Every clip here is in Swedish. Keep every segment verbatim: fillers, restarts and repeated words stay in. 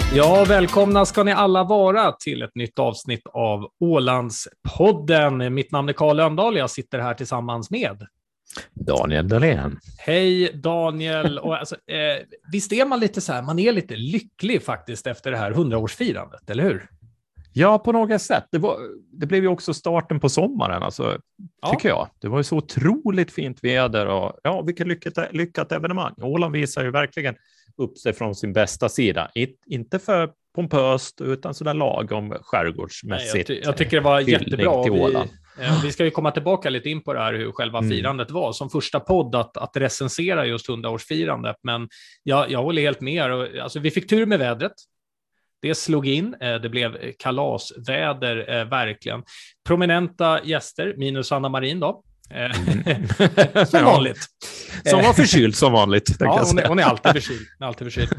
Ja, välkomna ska ni alla vara till ett nytt avsnitt av Ålandspodden. Mitt namn är Carl Lönndahl, jag sitter här tillsammans med Daniel Dahlén. Hej Daniel. Och alltså, eh, visst är man lite så här, man är lite lycklig faktiskt efter det här hundraårsfirandet, eller hur? Ja, på något sätt. Det, var, det blev ju också starten på sommaren, alltså, ja. tycker jag. Det var ju så otroligt fint väder och ja, vilket lyckat, lyckat evenemang. Åland visar ju verkligen upp sig från sin bästa sida. It, inte för pompöst utan sådär lagom skärgårdsmässigt. Nej, jag, ty- jag tycker det var jättebra. Vi, eh, vi ska ju komma tillbaka lite in på det här hur själva mm. firandet var. Som första podd att, att recensera just hundraårsfirandet. Men jag, jag håller helt med. Alltså, vi fick tur med vädret. Det slog in, det blev kalasväder verkligen. Prominenta gäster, minus Anna Marin då. Mm. Som vanligt. Som var förkyld som vanligt. Ja, hon är, hon är alltid förkyld. Alltid förkyld.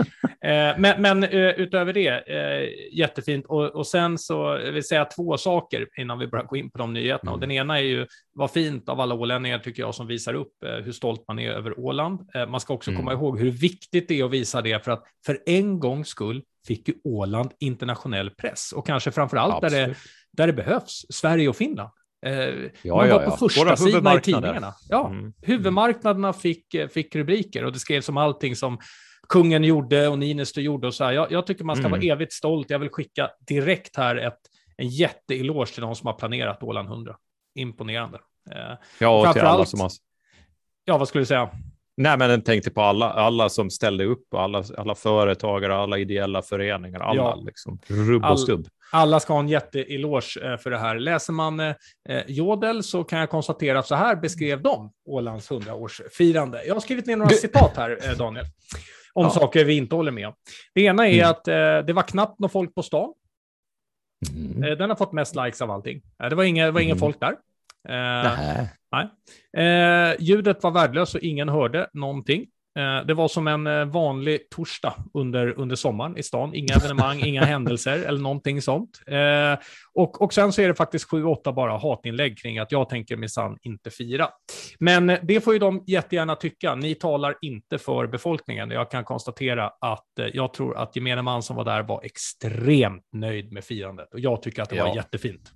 men, men utöver det, jättefint. Och, och sen så vill jag säga två saker innan vi börjar gå in på de nyheterna. Mm. Och den ena är ju, vad fint av alla ålänningar tycker jag som visar upp hur stolt man är över Åland. Man ska också mm. komma ihåg hur viktigt det är att visa det, för att för en gångs skull fick ju Åland internationell press. Och kanske framförallt där det, där det behövs, Sverige och Finland. Eh, ja, man ja, var på ja. första sidan i tidningarna. Ja, mm. Huvudmarknaderna fick, fick rubriker och det skrevs om allting som kungen gjorde och Niinistö gjorde och så här. Jag, jag tycker man ska mm. vara evigt stolt. Jag vill skicka direkt här ett, en jätteeloge till de som har planerat Åland hundra. Imponerande. Eh, ja, och till alla som har... Ja, vad skulle du säga? Nej, men jag tänkte på alla, alla som ställde upp, alla, alla företagare, alla ideella föreningar, alla ja. liksom, rubb och stubb. All, alla ska ha en jätteeloge för det här. Läser man eh, Jodel så kan jag konstatera att så här beskrev de Ålands hundraårsfirande. Jag har skrivit ner några citat här, eh, Daniel, om ja. saker vi inte håller med om. Det ena är mm. att eh, det var knappt någon folk på stan. Mm. Eh, den har fått mest likes av allting. Eh, det var inga, det var ingen mm. folk där. Eh, nej. Eh, ljudet var värdelöst och ingen hörde någonting. Eh, det var som en eh, vanlig torsdag under, under sommaren i stan. Inga evenemang, inga händelser eller någonting sånt. Eh, och, och sen så är det faktiskt sju åtta bara hatinlägg kring att jag tänker minsann inte fira. Men eh, det får ju de jättegärna tycka. Ni talar inte för befolkningen. Jag kan konstatera att eh, jag tror att gemene man som var där var extremt nöjd med firandet. Och jag tycker att det ja. var jättefint.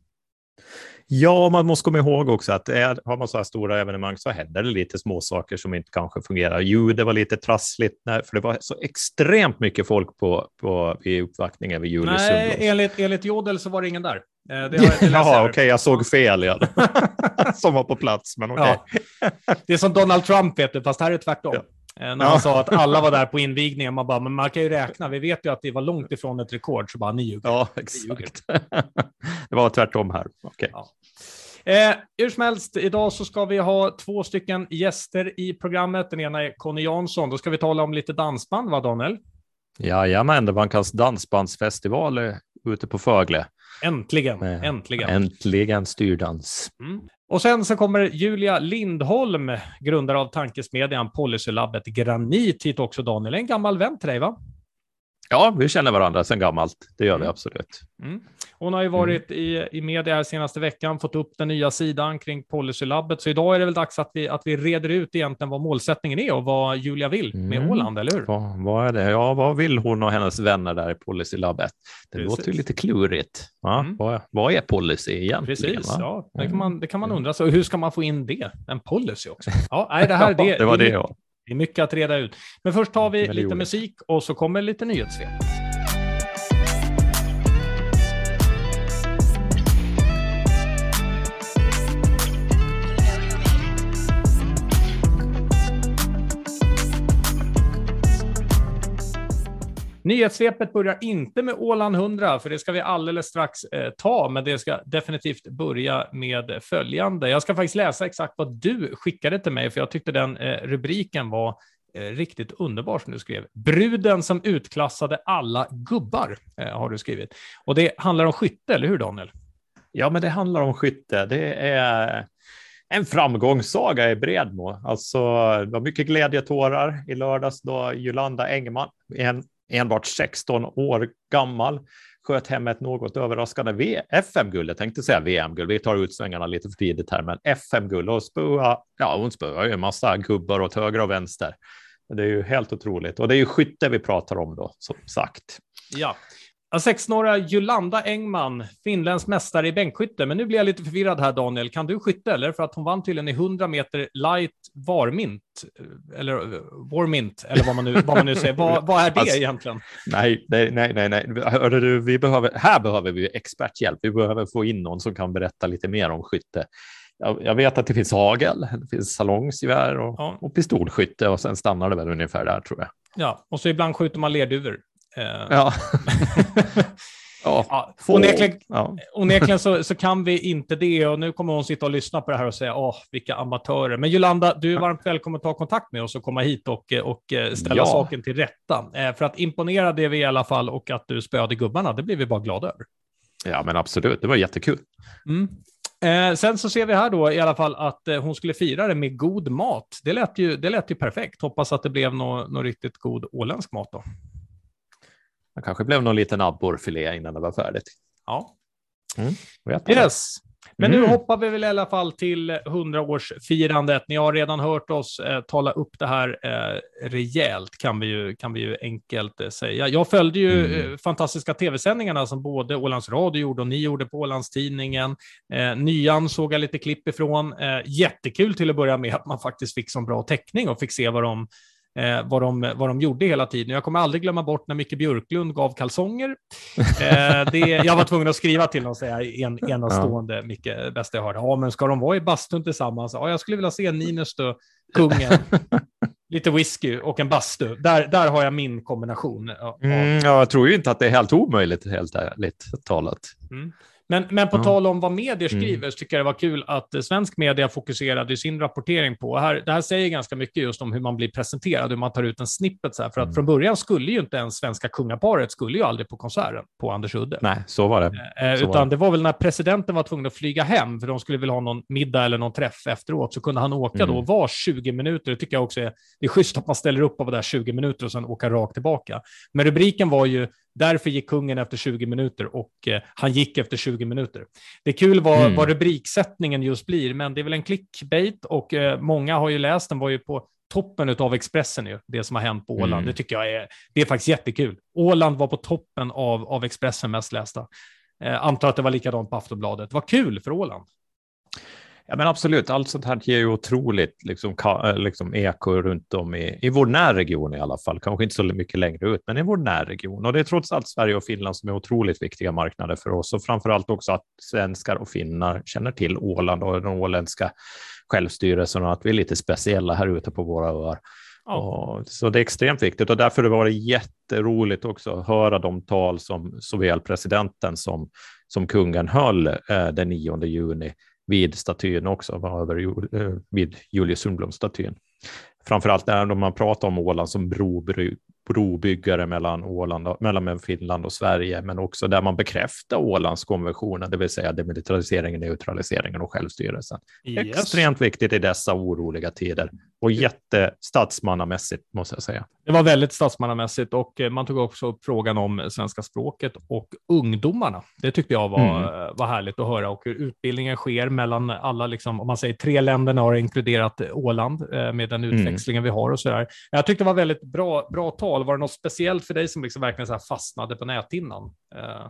Ja, man måste komma ihåg också att är, har man så här stora evenemang så händer det lite små saker som inte kanske fungerar. Jo, det var lite trassligt när, för det var så extremt mycket folk på, på, i uppvaktningen vid Julius Nej, Sundblås. enligt, enligt Jodel så var det ingen där. Det har jag Jaha, okej, okay, jag såg fel igen. Som var på plats, men okej. Okay. Ja. Det är som Donald Trump, vet du, fast här är det tvärtom. Ja. När han ja. sa att alla var där på invigningen, man bara, men man kan ju räkna, vi vet ju att det var långt ifrån ett rekord, så bara, ni ljuger. Ja, exakt. Det var tvärtom här. Okej. Okay. Ja. Eh, hur som helst, idag så ska vi ha två stycken gäster i programmet. Den ena är Conny Jansson. Då ska vi tala om lite dansband, va Daniel? Jajamän, det var en kans dansbandsfestival ute på Fögle. Äntligen, eh, äntligen. Äntligen styrdans. Mm. Och sen så kommer Julia Lindholm, grundare av tankesmedjan Policylabbet Granit, hit också Daniel. En gammal vän till dig, va? Ja, vi känner varandra sedan gammalt. Det gör vi absolut. Mm. Hon har ju varit mm. i, i media här senaste veckan, fått upp den nya sidan kring Policylabbet. Så idag är det väl dags att vi, att vi reder ut egentligen vad målsättningen är och vad Julia vill med mm. Åland, eller hur? Vad, vad är det? Ja, vad vill hon och hennes vänner där i Policylabbet? Det Precis. låter ju lite klurigt. Ja, mm. vad, vad är policy egentligen? Precis, va? Ja. Det kan, man, det kan man undra. Så hur ska man få in det? En policy också? Ja, nej, det här det, ja, det var det, det, ja. Det är mycket att reda ut. Men först tar vi lite musik och så kommer lite nyhetssvep. Nyhetssvepet börjar inte med Åland hundra, för det ska vi alldeles strax eh, ta, men det ska definitivt börja med följande. Jag ska faktiskt läsa exakt vad du skickade till mig, för jag tyckte den eh, rubriken var eh, riktigt underbar som du skrev. Bruden som utklassade alla gubbar, eh, har du skrivit. Och det handlar om skytte, eller hur Daniel? Ja, men det handlar om skytte. Det är en framgångssaga i Bredmo. Alltså, det var mycket glädjetårar i lördags då Jolanda Engman, en enbart sexton år gammal, sköt hem ett något överraskande F M-guld. Jag tänkte säga V M-guld. Vi tar ut svängarna lite för tidigt här, men F M-guld och spöa, ja, hon spöar ju en massa gubbar åt höger och vänster. Det är ju helt otroligt. Och det är ju skytte vi pratar om då, som sagt. Ja. sexton-åriga Jolanda Engman, finländsk mästare i bänkskytte. Men nu blir jag lite förvirrad här, Daniel. Kan du skytte, eller? För att hon vann tydligen i hundra meter light varmint. Eller warmint, eller vad man nu, vad man nu säger. Vad, vad är det alltså, egentligen? Nej, nej, nej, nej. nej. Hörde du, vi behöver, här behöver vi experthjälp. Vi behöver få in någon som kan berätta lite mer om skytte. Jag, jag vet att det finns hagel, det finns salongsgevär och, ja. och pistolskytte, och sen stannar det väl ungefär där, tror jag. Ja, och så ibland skjuter man lerduvor. Ja. ja. ja. Onekligen, ja. onekligen så, så kan vi inte det, och nu kommer hon sitta och lyssna på det här och säga, åh, vilka amatörer. Men Jolanda, du är varmt välkommen att ta kontakt med oss och komma hit och, och ställa ja. saken till rätta. För att imponera det vi i alla fall, och att du spöade gubbarna, det blir vi bara glada över. Ja, men absolut, det var jättekul. Mm. Eh, sen så ser vi här då i alla fall att eh, hon skulle fira det med god mat. Det lät ju, det lät ju perfekt. Hoppas att det blev någon nå riktigt god åländsk mat då. Det kanske blev någon liten abborrfilé innan det var färdigt. Ja. Mm, yes. Men mm. nu hoppar vi väl i alla fall till hundraårsfirandet. Ni har redan hört oss eh, tala upp det här eh, rejält, kan vi ju, kan vi ju enkelt eh, säga. Jag följde ju mm. eh, fantastiska tv-sändningarna som både Ålands Radio gjorde och ni gjorde på Ålandstidningen. Eh, Nyan såg jag lite klipp ifrån. Eh, jättekul till att börja med att man faktiskt fick så bra täckning och fick se vad de Eh, vad, de, vad de gjorde hela tiden. Jag kommer aldrig glömma bort när Micke Björklund gav kalsonger. Eh, det, jag var tvungen att skriva till dem och säga en, enastående, ja. Micke, bästa jag hörde. Ja, men ska de vara i bastun tillsammans? Ja, jag skulle vilja se Ninus då, kungen. Lite whisky och en bastu. Där, där har jag min kombination. Ja, mm, ja, jag tror ju inte att det är helt omöjligt, helt ärligt talat. Mm. Men, men på ja. tal om vad medier skriver mm. så tycker jag det var kul att svensk media fokuserade i sin rapportering på. Här, det här säger ganska mycket just om hur man blir presenterad, hur man tar ut en snippet. Så här, för att mm. från början skulle ju inte ens svenska kungaparet skulle ju aldrig på konserten på Anders Udde. Nej, så var det. Eh, så utan var det. det var väl när presidenten var tvungen att flyga hem, för de skulle väl ha någon middag eller någon träff efteråt, så kunde han åka mm. då var tjugo minuter. Det tycker jag också är, det är schysst att man ställer upp och var där tjugo minuter och sen åka rakt tillbaka. Men rubriken var ju: därför gick kungen efter tjugo minuter, och eh, han gick efter tjugo minuter. Det är kul vad, mm. vad rubriksättningen just blir, men det är väl en clickbait, och eh, många har ju läst den, var ju på toppen av Expressen ju, det som har hänt på Åland. Mm. Det tycker jag är, det är faktiskt jättekul. Åland var på toppen av, av Expressen mest lästa. Eh, antar att det var likadant på Aftonbladet. Vad kul för Åland. Ja, men absolut. Allt sånt här ger ju otroligt liksom, liksom eko runt om i, i vår närregion i alla fall. Kanske inte så mycket längre ut, men i vår närregion. Och det är trots allt Sverige och Finland som är otroligt viktiga marknader för oss. Och framförallt också att svenskar och finnar känner till Åland och den åländska självstyrelsen, och att vi är lite speciella här ute på våra öar. Ja. Och, så det är extremt viktigt, och därför var det jätteroligt också att höra de tal som såväl presidenten som, som kungen höll eh, den nionde juni vid statyn också, var över eh, vid Julius Sundblom-statyn. Framförallt när man pratar om Åland som bro, brobyggare mellan, Åland och, mellan Finland och Sverige, men också där man bekräftar Ålandskonventionen, det vill säga demilitariseringen, neutraliseringen och självstyrelsen. Yes. Extremt viktigt i dessa oroliga tider, och jättestatsmannamässigt måste jag säga. Det var väldigt statsmannamässigt, och man tog också upp frågan om svenska språket och ungdomarna. Det tyckte jag var, mm. var härligt att höra, och hur utbildningen sker mellan alla, liksom, om man säger tre länderna har inkluderat Åland med den utväxlingen mm. vi har och sådär. Jag tyckte det var väldigt bra, bra tal. Var det något speciellt för dig som liksom verkligen så här fastnade på näthinnan? Uh.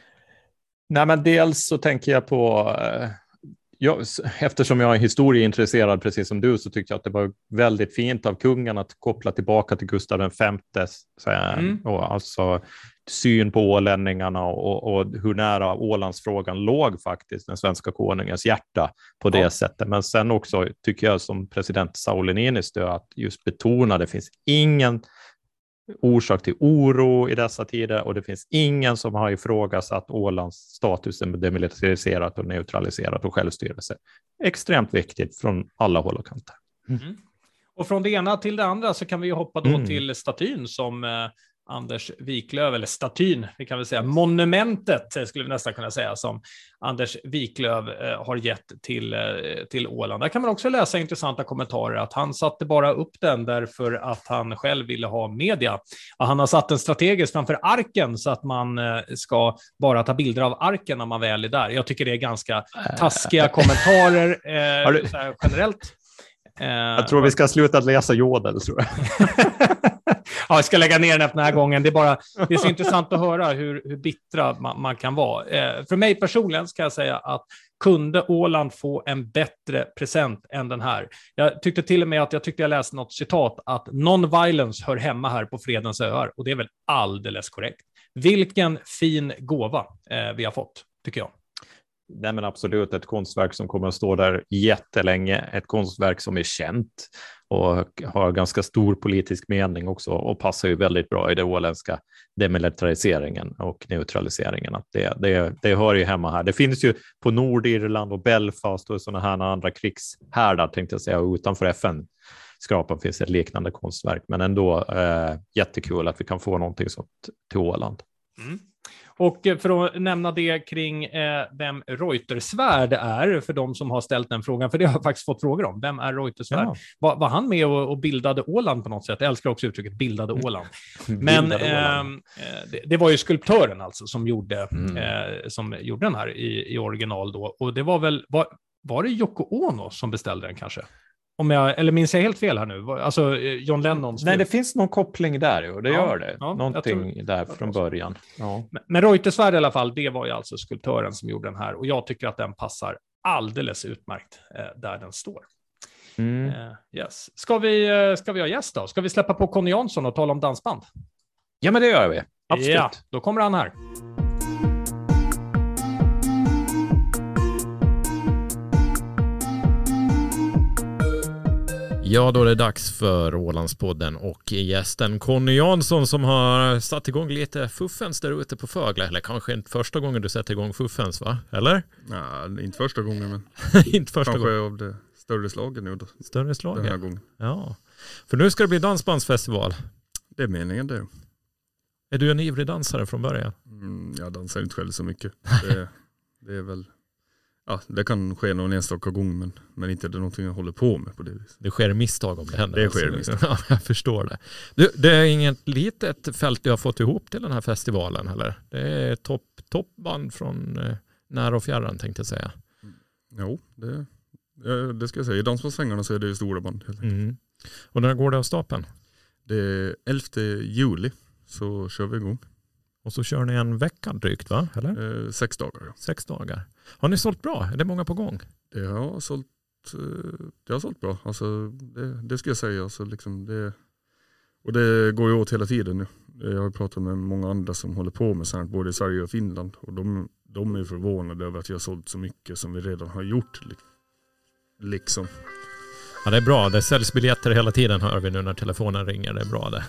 Nej, men dels så tänker jag på... Uh... Jag, eftersom jag är historieintresserad precis som du, så tyckte jag att det var väldigt fint av kungen att koppla tillbaka till Gustav den femte mm. och alltså syn på ålänningarna och, och hur nära Ålandsfrågan låg faktiskt den svenska konungens hjärta på det ja. sättet. Men sen också tycker jag som president Sauli Niinistö att just betona det finns ingen orsak till oro i dessa tider, och det finns ingen som har ifrågasatt Ålands status demilitariserat och neutraliserat och självstyrelse. Extremt viktigt från alla håll och kanter. Mm. Mm. Och från det ena till det andra så kan vi ju hoppa då mm. till statyn som eh, Anders Wiklöf, eller statyn, vi kan väl säga monumentet skulle vi nästan kunna säga, som Anders Wiklöf eh, har gett till, eh, till Åland. Där kan man också läsa intressanta kommentarer, att han satte bara upp den därför att han själv ville ha media. Och han har satt den strategiskt framför arken så att man eh, ska bara ta bilder av arken när man väl är där. Jag tycker det är ganska taskiga kommentarer eh, har du... så här, generellt. Eh, jag tror vi ska sluta läsa Jodel, tror jag. Ja, jag ska lägga ner den efter den här gången. Det är, bara, det är så intressant att höra hur, hur bittra man, man kan vara. Eh, för mig personligen ska jag säga att kunde Åland få en bättre present än den här? Jag tyckte till och med att jag tyckte jag läste något citat att non-violence hör hemma här på Fredens öar, och det är väl alldeles korrekt. Vilken fin gåva eh, vi har fått, tycker jag. Nej, men absolut ett konstverk som kommer att stå där jättelänge. Ett konstverk som är känt och har ganska stor politisk mening också, och passar ju väldigt bra i det åländska demilitariseringen och neutraliseringen. Att det, det, det hör ju hemma här. Det finns ju på Nordirland och Belfast och sådana här andra krigshärdar, tänkte jag säga, och utanför F N-skrapan finns ett liknande konstverk. Men ändå eh, jättekul att vi kan få någonting sånt till Åland. Mm. Och för att nämna det kring eh, vem Reuterswärd är, för de som har ställt den frågan, för det har jag faktiskt fått frågor om. Vem är Reuterswärd? Ja. Var, var han med och, och bildade Åland på något sätt? Jag älskar också uttrycket bildade Åland. Men eh, det, det var ju skulptören alltså som gjorde, mm. eh, som gjorde den här i, i original då. Och det var väl, var, var det Yoko Ono som beställde den kanske? Om jag, eller minns jag helt fel här nu? Alltså John Lennons... Nej, det finns någon koppling där, och det ja, gör det. Ja, någonting tror, där från början. Ja. Men, men Reuterswärd i alla fall, det var ju alltså skulptören som gjorde den här. Och jag tycker att den passar alldeles utmärkt eh, där den står. Mm. Eh, yes. Ska vi, eh, ska vi ha gäst då? Ska vi släppa på Conny Jansson och tala om dansband? Ja, men det gör vi. Absolut. Ja, då kommer han här. Ja, då är det dags för Ålandspodden och gästen Conny Jansson som har satt igång lite fuffens där ute på Fögle. Eller kanske inte första gången du sätter igång fuffens, va? Eller? Nej, inte första gången, men inte första kanske gången. av det större slagen nu då. Större slagen? Den här gången. Ja, för nu ska det bli dansbandsfestival. Det är meningen det. Är du en ivrig dansare från början? Mm, jag dansar inte själv så mycket. Det, det är väl... Ja, det kan ske någon enstaka gång, men, men inte det är någonting jag håller på med på det viset. Det sker misstag om det händer. Det sker misstag. Ja, jag förstår det. Du, det är inget litet fält du har fått ihop till den här festivalen, eller? Det är topp, toppband från eh, nära och fjärran, tänkte jag säga. Jo, det, det ska jag säga. I Dansbandsvängarna så är det ju stora band. Mm. Och när går det av stapeln? Det är elfte juli, så kör vi igång. Och så kör ni en vecka drygt, va? Eller? Eh, sex dagar, ja. Sex dagar. Har ni sålt bra? Är det många på gång? Det har sålt, det har sålt bra. Alltså, det, det ska jag säga. Alltså, liksom det, och det går ju åt hela tiden nu. Jag har pratat med många andra som håller på med sånt, både i Sverige och Finland. Och de, de är förvånade över att vi har sålt så mycket som vi redan har gjort. Liksom. Ja, det är bra. Det säljs biljetter hela tiden, hör vi nu när telefonen ringer. Det är bra det.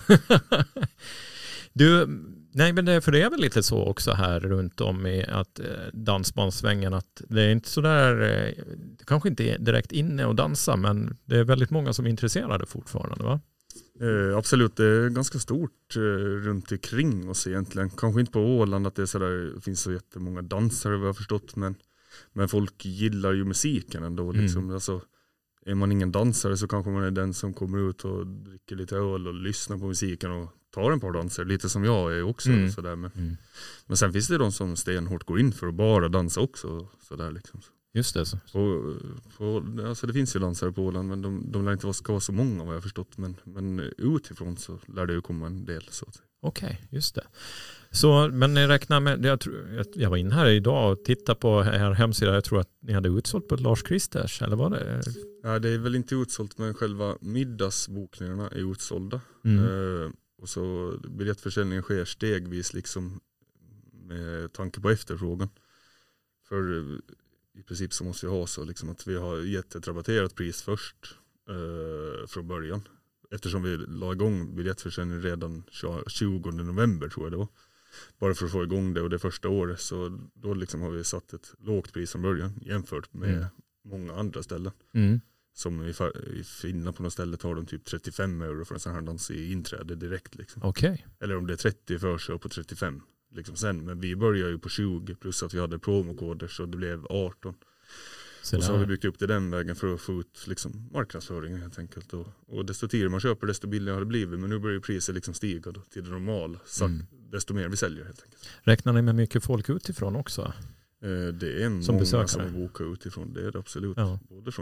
Du, nej, men det, för det är väl lite så också här runt om i att eh, dansbandsvängen, att det är inte så där, eh, det kanske inte är direkt inne och dansa, men det är väldigt många som är intresserade fortfarande, va? Eh, absolut, det är ganska stort eh, runt omkring oss egentligen. Kanske inte på Åland att det är så där, det finns så jättemånga dansare, vad jag har förstått, men, men folk gillar ju musiken ändå. Liksom. Mm. Alltså, är man ingen dansare så kanske man är den som kommer ut och dricker lite öl och lyssnar på musiken och tar en par danser, lite som jag är också. Mm. Sådär. Men, mm. men sen finns det de som stenhårt går in för att bara dansa också. Sådär, liksom. Just det. Så. På, på, alltså det finns ju dansare på Åland, men de, de lär inte ska vara så många, vad jag har förstått. Men, men utifrån så lär det ju komma en del. Okej, okay, just det. Så, men ni räknar med, jag, tror, jag var inne här idag och tittade på er hemsida, jag tror att ni hade utsålt på ett Lars Kristers, eller var det? Ja, det är väl inte utsålt, men själva middagsbokningarna är utsålda. Mm. Uh, och så biljettförsäljningen sker stegvis liksom med tanke på efterfrågan. För i princip så måste vi ha så liksom att vi har gett ett rabatterat pris först uh, från början. Eftersom vi la igång biljettförsäljningen redan tjugonde november tror jag det var. Bara för att få igång det, och det första året så då liksom har vi satt ett lågt pris från början jämfört med mm. många andra ställen. Mm. Som i, i Finland på något ställe tar de typ trettiofem euro för en sån här dans i inträde direkt. Liksom. Okay. Eller om det är trettio för sig på trettiofem liksom sen. Men vi börjar ju på tjugo plus att vi hade promokoder så det blev arton. Så och så har vi byggt upp det den vägen för att få ut liksom marknadsföringen helt enkelt. Och, och desto tidigare man köper desto billigare har det blivit. Men nu börjar priset liksom stiga då, till det normala. Så mm. desto mer vi säljer helt enkelt. Räknar ni med mycket folk utifrån också? Eh, det är som många besökare. Som bokar utifrån. Det är det absolut. Ja. Både från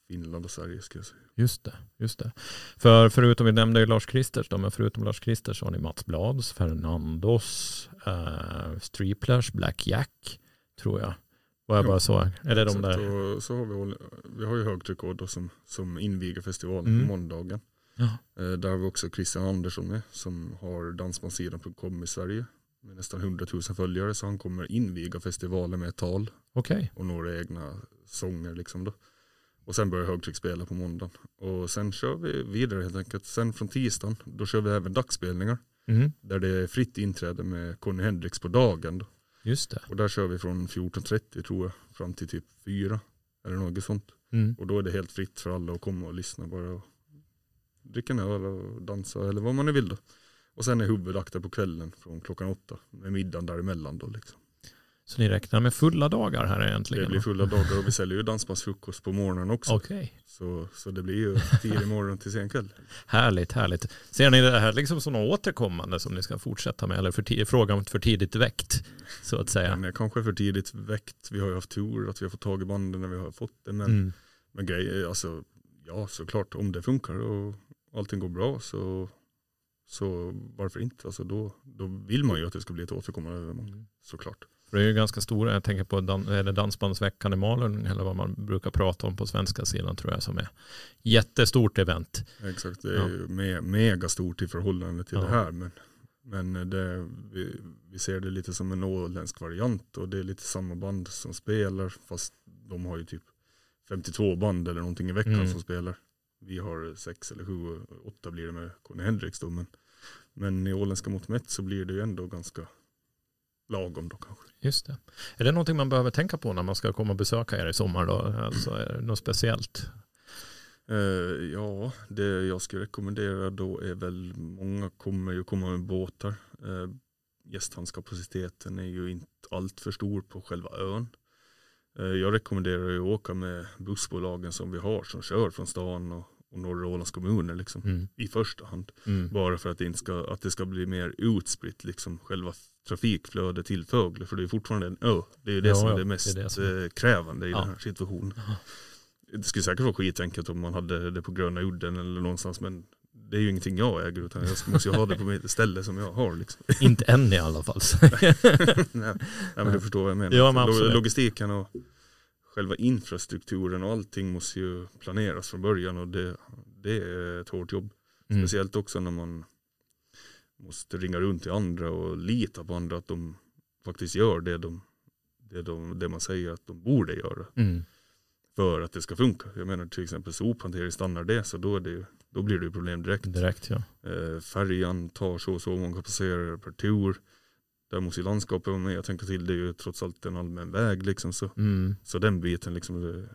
Finland och Sverige ska jag säga. Just det, just det. För förutom, vi nämnde ju Lars Kristers då, men förutom Lars Kristers så har ni Mats Blads, Fernandos, uh, Streeplers, Black Jack, tror jag. Var jag ja, bara så? Är det de där? Och så har vi, vi har ju Högtryck då som, som inviger festivalen mm. på måndagen. Ja. Eh, där har vi också Christian Andersson med som har dansbandsidan punkt com i Sverige med nästan hundratusen följare, så han kommer inviga festivalen med ett tal okay. och några egna sånger liksom då. Och sen börjar Högtryck spela på måndagen. Och sen kör vi vidare helt enkelt. Sen från tisdagen, då kör vi även dagsspelningar. Mm. Där det är fritt inträde med Conny Hendrix på dagen då. Just det. Och där kör vi från fjorton trettio tror jag fram till typ fyra eller något sånt. Mm. Och då är det helt fritt för alla att komma och lyssna bara och dricka en öl och dansa eller vad man nu vill då. Och sen är huvudakten på kvällen från klockan åtta med middagen däremellan då liksom. Så ni räknar med fulla dagar här egentligen? Det blir fulla dagar och vi säljer ju dansbandsfrukost på morgonen också. Okay. Så, så det blir ju tidig morgon till sen kväll. Härligt, härligt. Ser ni det här liksom som något återkommande som ni ska fortsätta med? Eller för t- frågan för tidigt väckt, så att säga? Men kanske för tidigt väckt. Vi har ju haft tur att vi har fått tag i banden när vi har fått det. Men, mm. men grejer, alltså, ja såklart om det funkar och allting går bra så, så varför inte? Alltså, då, då vill man ju att det ska bli ett återkommande evenemang, mm. såklart. För det är ju ganska stora, jag tänker på dan, är det Dansbandsveckan i Malung eller vad man brukar prata om på svenska sidan tror jag, som är jättestort event. Exakt, det är ja. ju me, mega stort i förhållande till ja. det här, men, men det, vi, vi ser det lite som en åländsk variant och det är lite samma band som spelar, fast de har ju typ femtiotvå band eller någonting i veckan mm. som spelar. Vi har sex eller sju, åtta blir det med Conny Hendrix då, men, men i åländska mått mätt så blir det ju ändå ganska lagom då kanske. Just det. Är det någonting man behöver tänka på när man ska komma och besöka er i sommar då? Alltså är det något speciellt? Uh, ja, det jag skulle rekommendera då är väl, många kommer ju komma med båtar. Uh, gästhandskapaciteten är ju inte allt för stor på själva ön. Uh, jag rekommenderar ju att åka med bussbolagen som vi har som kör från stan och och norra Ålands kommuner liksom, mm. i första hand. Mm. Bara för att det, inte ska, att det ska bli mer utspritt liksom, själva trafikflödet till Fögle. För det är fortfarande en ö. Det är ju det ja, som ja. är det mest det är det som... krävande i ja. den här situationen. Ja. Det skulle säkert vara skitenkelt om man hade det på Gröna udden eller någonstans, men det är ju ingenting jag äger, utan jag måste ju ha det på mitt ställe som jag har. Liksom. Inte än i alla fall. nej, nej, men du förstår vad jag menar. Ja, men logistiken och själva infrastrukturen och allting måste ju planeras från början, och det, det är ett hårt jobb. Mm. Speciellt också när man måste ringa runt till andra och lita på andra att de faktiskt gör det, de, det, de, det man säger att de borde göra. Mm. För att det ska funka. Jag menar till exempel sophantering, stannar det så då, är det, då blir det ju problem direkt. Direkt ja. Eh, färjan tar så och så många passagerare per tur. Där måste ju landskapet vara med. Jag tänker till, det är ju trots allt en allmän väg liksom, så, mm. så den biten liksom det,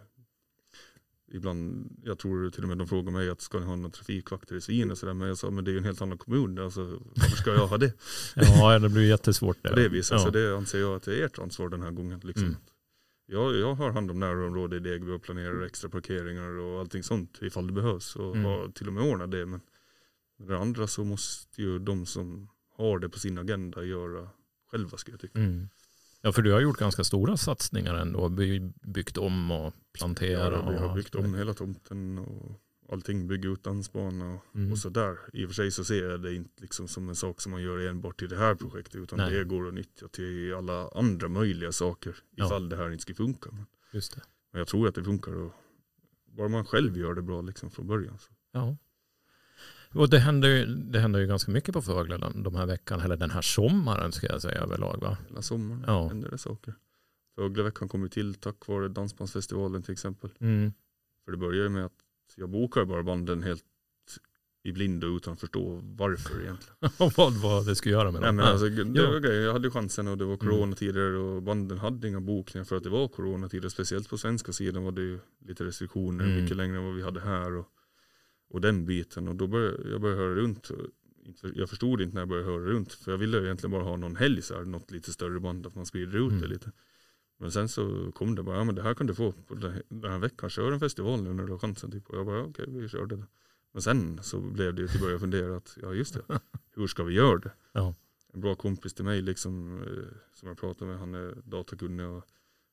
ibland, jag tror till och med de frågar mig att ska ni ha några trafikvakter i Svin och sådär, men jag sa, men det är ju en helt annan kommun, alltså varför ska jag ha det? Ja, det blir jättesvårt det. På det viset, ja. Så det anser jag att det är ert ansvar den här gången liksom. Mm. Jag, jag har hand om närområde i Degby och planerar extra parkeringar och allting sånt ifall det behövs, och mm. har till och med ordnat det, men det andra så måste ju de som har det på sin agenda göra själva, ska jag tycka. Mm. Ja, för du har gjort ganska stora satsningar ändå, byggt om och planterat. Ja, vi har byggt om hela tomten och allting, bygga ut dansbana och, mm. och sådär. I och för sig så ser jag det inte liksom som en sak som man gör enbart till det här projektet, utan Nej. det går att nyttja till alla andra möjliga saker ifall ja. det här inte ska funka. Men, Just det. men jag tror att det funkar, och bara man själv gör det bra liksom från början. Så. Ja. Och det händer, ju, det händer ju ganska mycket på Fögle den, de här veckan, eller den här sommaren ska jag säga överlag, va? Hela sommaren ja. händer det saker. Fögleveckan kommer till tack vare Dansbandsfestivalen till exempel. Mm. För det börjar ju med att jag bokar bara banden helt i blindo utan att förstå varför egentligen. vad, vad det skulle göra med Nej, dem? men alltså, det var grejer. Jag hade chansen och det var coronatider och banden hade inga bokningar för att det var coronatider. Speciellt på svenska sidan var det ju lite restriktioner, mm. mycket längre än vad vi hade här. Och, och den biten. Och då började jag började höra runt. Jag förstod inte när jag började höra runt. För jag ville egentligen bara ha någon helg så här, något lite större band, att man sprider ut mm. det lite. Men sen så kom det bara, ja men det här kan du få på den här veckan. Kör en festival nu när du har chansen. Typ. Och jag bara, okej, okay, vi kör det. Men sen så blev det ju till börja fundera att, ja just det, hur ska vi göra det? Ja. En bra kompis till mig liksom, som jag pratade med, han är datakunnig och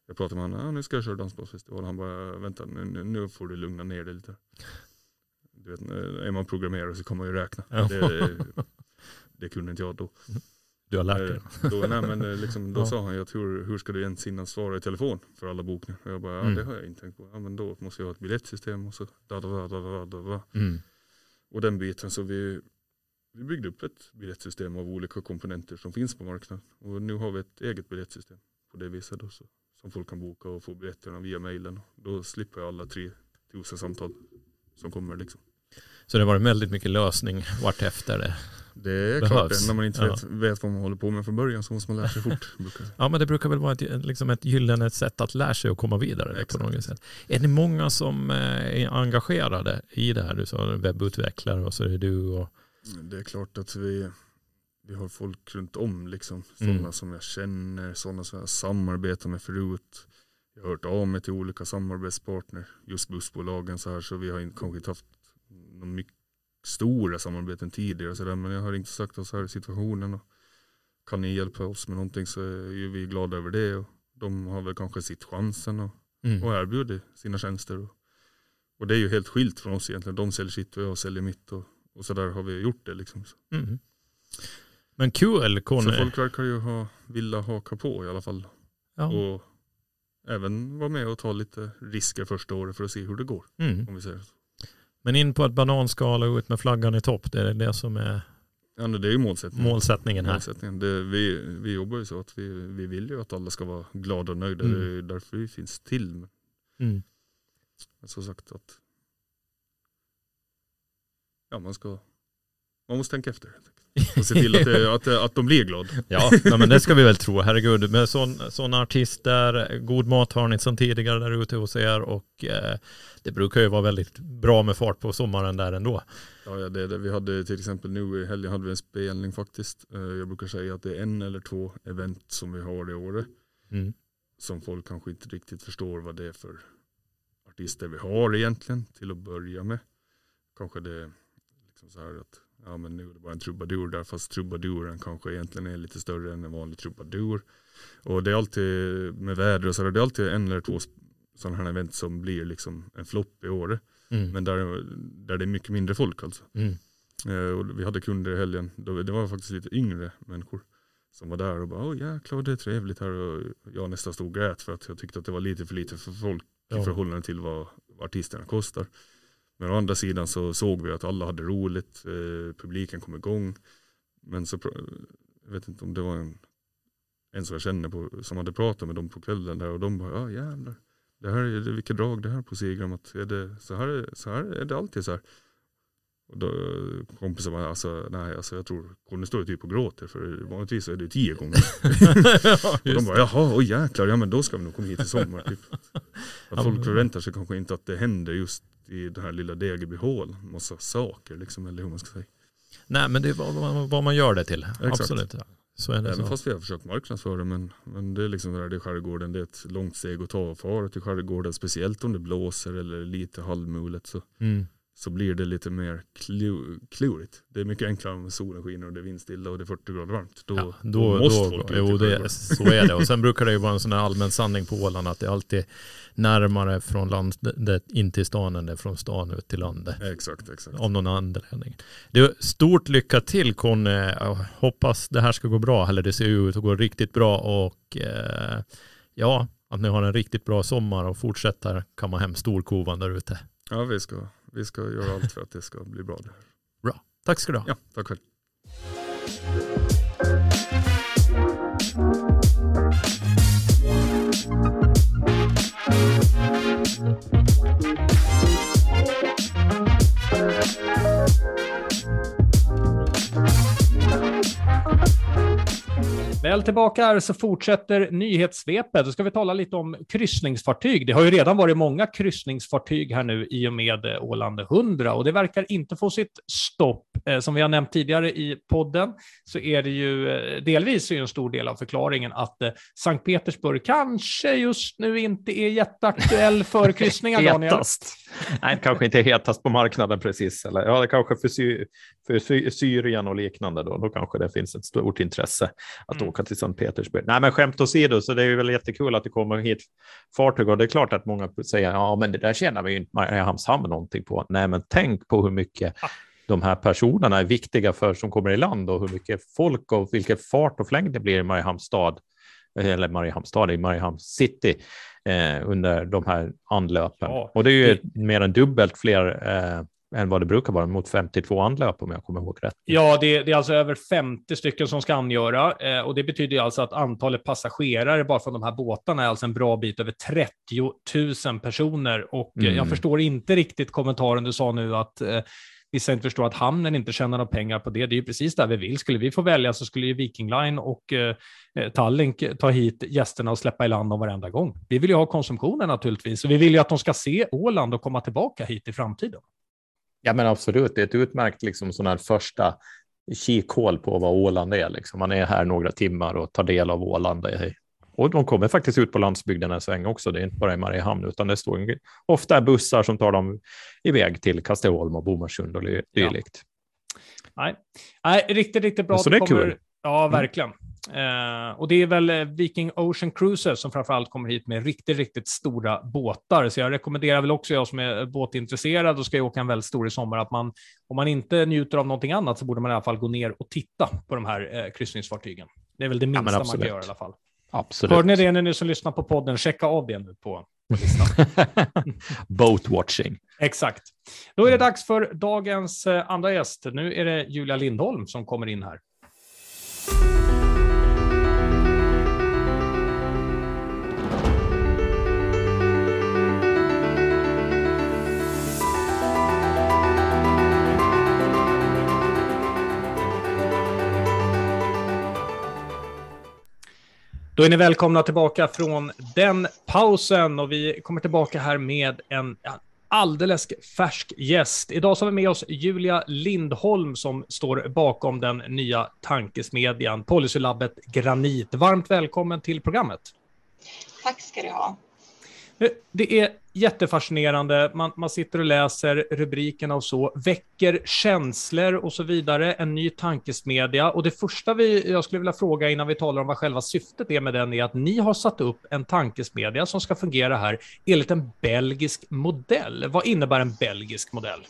Jag pratade med honom, ah, nu ska jag köra dansbandsfestival. Han bara, vänta, nu, nu får du lugna ner dig lite. Du vet, är man programmerare så kan man ju räkna. Ja. Det, det kunde inte jag då. Du har lärt dig. Då, nej, men liksom, då ja. sa han, jag tror, hur ska du egentligen svara i telefon för alla bokningar? Och jag bara, ja, mm. det har jag inte tänkt på. Ja, men då måste jag ha ett biljettsystem och så da, da, da, da, da, da. Mm. Och den biten, så vi, vi byggde upp ett biljettsystem av olika komponenter som finns på marknaden. Och nu har vi ett eget biljettsystem på det viset då, så, som folk kan boka och få biljetterna via mejlen. Då slipper jag alla tre tusen samtal som kommer liksom. Så det var väldigt mycket lösning vart efter det. Det är behövs. Klart det. När man inte vet, ja. vet vad man håller på med från början så måste man lära sig fort. Ja, men det brukar väl vara ett, liksom ett gyllene sätt att lära sig och komma vidare på något sätt. Är det många som är engagerade i det här? Du sa webbutvecklare och så är det du. Och... Det är klart att vi, vi har folk runt om. Liksom. Sådana mm. som jag känner, sådana som jag samarbetar med förut. Jag har hört av mig till olika samarbetspartner. Just bussbolagen så här, så vi har kanske inte haft någon mycket stora samarbeten tidigare så där, men jag har inte sagt oss här i situationen och kan ni hjälpa oss med någonting så är vi glada över det och de har väl kanske sitt chansen och, mm. och erbjuder sina tjänster och, och det är ju helt skilt från oss egentligen, de säljer sitt och jag säljer mitt och, och så där har vi gjort det liksom. Mm. Men kul Conny. Så folk verkar ju ha, vilja haka på i alla fall ja. Och även vara med och ta lite risker första året för att se hur det går mm. om vi säger så. Men in på ett bananskala och ut med flaggan i topp, det är det som är ja, det är ju målsättningen. målsättningen här. Målsättningen. Det, vi, vi jobbar ju så att vi, vi vill ju att alla ska vara glada och nöjda. Mm. Det är därför vi finns till. Mm. Så sagt att ja, man ska man måste tänka efter. Och se till att, det, att, att de blir glada. Ja, men det ska vi väl tro. Herregud, med sådana artister, god mat har ni som tidigare där ute hos er och eh, det brukar ju vara väldigt bra med fart på sommaren där ändå. Ja, ja det, det. Vi hade till exempel nu i helgen hade vi en spelning faktiskt. Jag brukar säga att det är en eller två event som vi har i året. Mm. Som folk kanske inte riktigt förstår vad det är för artister vi har egentligen till att börja med. Kanske det är liksom så här att ja, men nu är det bara en trubadur där, fast trubaduren kanske egentligen är lite större än en vanlig trubadur. Och det är alltid med väder och så där, det är alltid en eller två sådana här event som blir liksom en flopp i år. Mm. Men där, där det är mycket mindre folk alltså. Mm. Eh, och vi hade kunder i helgen, det var faktiskt lite yngre människor som var där och bara, åh jäklar det är trevligt här. Och jag nästan stod och grät för att jag tyckte att det var lite för lite för folk ja. I förhållande till vad artisterna kostar. Men å andra sidan så såg vi att alla hade roligt, eh, publiken kom igång. Men så, jag vet inte om det var en, en som jag känner på, som hade pratat med dem på kvällen där och de bara, ja jävlar, det här är det, vilket drag det här på Seagram, att är det, så, här, så här är det alltid så här. Och då kompisar bara, alltså nej, alltså jag tror, Conny står ju typ och gråter för vanligtvis är det tio gånger. Ja, och de bara, jaha, oj jäklar, ja men då ska vi nog komma hit i sommar. Typ. Att folk förväntar sig kanske inte att det händer just i det här lilla Degerbyhål, massa saker liksom, eller hur man ska säga. Nej, men det är vad, vad man gör det till. Exakt. Absolut. Så är det. Även så. Fast vi har försökt marknadsföra, men, men det är liksom där det är skärgården, det är ett långt steg att ta fara till skärgården, speciellt om det blåser eller lite halvmulet så, mm. så blir det lite mer klurigt. Det är mycket enklare om solen skiner och det är vindstilla och det är fyrtio grader varmt. Då, ja, då, då måste då, folk jo, det, så är det. Och sen brukar det ju vara en sån här allmän sanning på Åland att det är alltid närmare från landet in till stan än det från stan ut till landet. Exakt, exakt. Om någon anledning. Det är stort lycka till Conny. Jag hoppas det här ska gå bra. Eller det ser ut att gå riktigt bra och eh, ja, att ni har en riktigt bra sommar och fortsätter kamma hem storkovan där ute. Ja, vi ska, vi ska göra allt för att det ska bli bra det här. Bra. Tack ska du ha. Ja, tack själv. Väl tillbaka här så fortsätter nyhetssvepet. Då ska vi tala lite om kryssningsfartyg. Det har ju redan varit många kryssningsfartyg här nu i och med Åland hundra och det verkar inte få sitt stopp Som vi har nämnt tidigare i podden så är det ju delvis en stor del av förklaringen att Sankt Petersburg kanske just nu inte är jätteaktuell för kryssningar, Daniel. Hetast. Nej, kanske inte hetast på marknaden precis. Eller, ja, det kanske för, sy- för sy- Syrien och liknande då. Då kanske det finns ett stort intresse att mm. åka till Sankt Petersburg. Nej, men skämt åsido, så det är ju väl jättekul att det kommer hit fartyg. Och det är klart att många säger, ja men det där tjänar vi ju inte Mariehamns hamn någonting på. Nej, men tänk på hur mycket de här personerna är viktiga för som kommer i land och hur mycket folk och vilken fart och flängd det blir i Mariehamns stad, eller Mariehamns stad, i Mariehamns city eh, under de här anlöpen. Ja, och det är ju det... mer än dubbelt fler eh, än vad det brukar vara, mot femtiotvå anlöp om jag kommer ihåg rätt. Ja, det, det är alltså över femtio stycken som ska angöra eh, och det betyder ju alltså att antalet passagerare bara från de här båtarna är alltså en bra bit över trettio tusen personer och mm. eh, jag förstår inte riktigt kommentaren du sa nu att eh, vissa inte förstår att hamnen inte tjänar några pengar på det. Det är ju precis där vi vill. Skulle vi få välja så skulle ju Viking Line och eh, Tallink ta hit gästerna och släppa i land dem varenda gång. Vi vill ju ha konsumtionen naturligtvis. Och vi vill ju att de ska se Åland och komma tillbaka hit i framtiden. Ja men absolut. Det är ett utmärkt liksom, sån här första kikhål på vad Åland är. Liksom. Man är här några timmar och tar del av Åland. Och de kommer faktiskt ut på landsbygden en sväng också. Det är inte bara i Mariehamn utan det står ofta bussar som tar dem iväg till Kastellholm och Bomarsund och dylikt. Ja. Nej. Nej, riktigt, riktigt bra. Så det är kommer... kul. Ja, verkligen. Mm. Eh, och det är väl Viking Ocean Cruises som framförallt kommer hit med riktigt, riktigt stora båtar. Så jag rekommenderar väl också jag som är båtintresserad och ska åka en väldigt stor i sommar att man, om man inte njuter av någonting annat så borde man i alla fall gå ner och titta på de här eh, kryssningsfartygen. Det är väl det minsta ja, man kan göra i alla fall. Absolut. Hör ni det nu som lyssnar på podden, checka av det nu på, på listan. Boat watching. Exakt. Då är det dags för dagens eh, andra gäst. Nu är det Julia Lindholm som kommer in här. Då är ni välkomna tillbaka från den pausen och vi kommer tillbaka här med en alldeles färsk gäst. Idag så har vi med oss Julia Lindholm som står bakom den nya tankesmedjan Policylabbet Granit. Varmt välkommen till programmet. Tack ska du ha. Det är jättefascinerande. Man, man sitter och läser rubrikerna och så. Väcker känslor och så vidare. En ny tankesmedja. Och det första vi, jag skulle vilja fråga innan vi talar om vad själva syftet är med den är att ni har satt upp en tankesmedja som ska fungera här enligt en belgisk modell. Vad innebär en belgisk modell?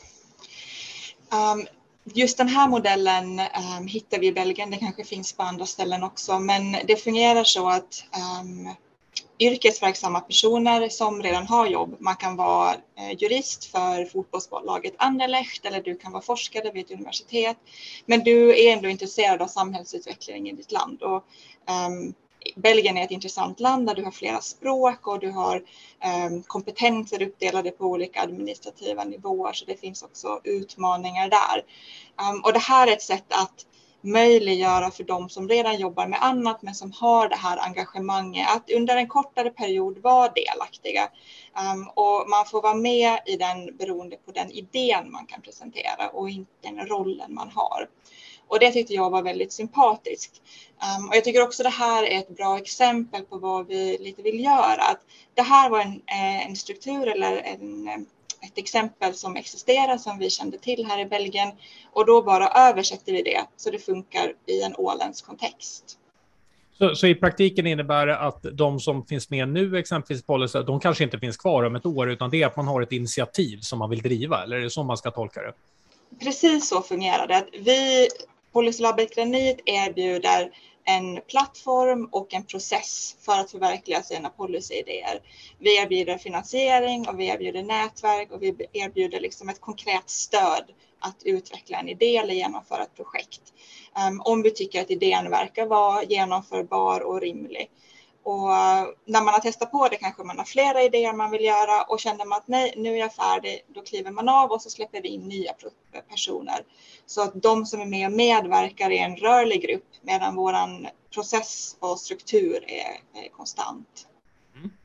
Um, just den här modellen um, hittar vi i Belgien. Det kanske finns på andra ställen också. Men det fungerar så att um, yrkesverksamma personer som redan har jobb. Man kan vara eh, jurist för fotbollslaget Anderlecht eller du kan vara forskare vid ett universitet. Men du är ändå intresserad av samhällsutvecklingen i ditt land. Och, um, Belgien är ett intressant land där du har flera språk och du har um, kompetenser uppdelade på olika administrativa nivåer. Så det finns också utmaningar där. Um, och det här är ett sätt att möjliggöra för de som redan jobbar med annat men som har det här engagemanget att under en kortare period vara delaktiga. Um, och man får vara med i den beroende på den idén man kan presentera och inte den rollen man har. Och det tyckte jag var väldigt sympatiskt. Um, och jag tycker också det här är ett bra exempel på vad vi lite vill göra. Att det här var en, en struktur eller en ett exempel som existerar som vi kände till här i Belgien och då bara översätter vi det så det funkar i en åländsk kontext. Så, så i praktiken innebär det att de som finns med nu exempelvis policy, de kanske inte finns kvar om ett år utan det är att man har ett initiativ som man vill driva eller är det så man ska tolka det? Precis så fungerar det. Vi, Policylabbet Granit erbjuder en plattform och en process för att förverkliga sina policyidéer. Vi erbjuder finansiering och vi erbjuder nätverk och vi erbjuder liksom ett konkret stöd att utveckla en idé eller genomföra ett projekt. Um, om vi tycker att idén verkar vara genomförbar och rimlig. Och när man har testat på det kanske man har flera idéer man vill göra och känner man att nej, nu är jag färdig, då kliver man av och så släpper vi in nya personer. Så att de som är med och medverkar i en rörlig grupp medan våran process och struktur är, är konstant. Mm.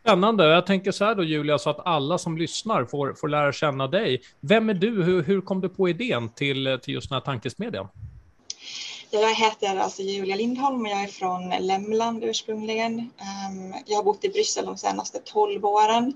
Spännande. Jag tänker så här då, Julia, så att alla som lyssnar får, får lära känna dig. Vem är du? Hur, hur kom du på idén till, till just den här tankesmedjan? Jag heter alltså Julia Lindholm och jag är från Lämland ursprungligen. Jag har bott i Bryssel de senaste tolv åren.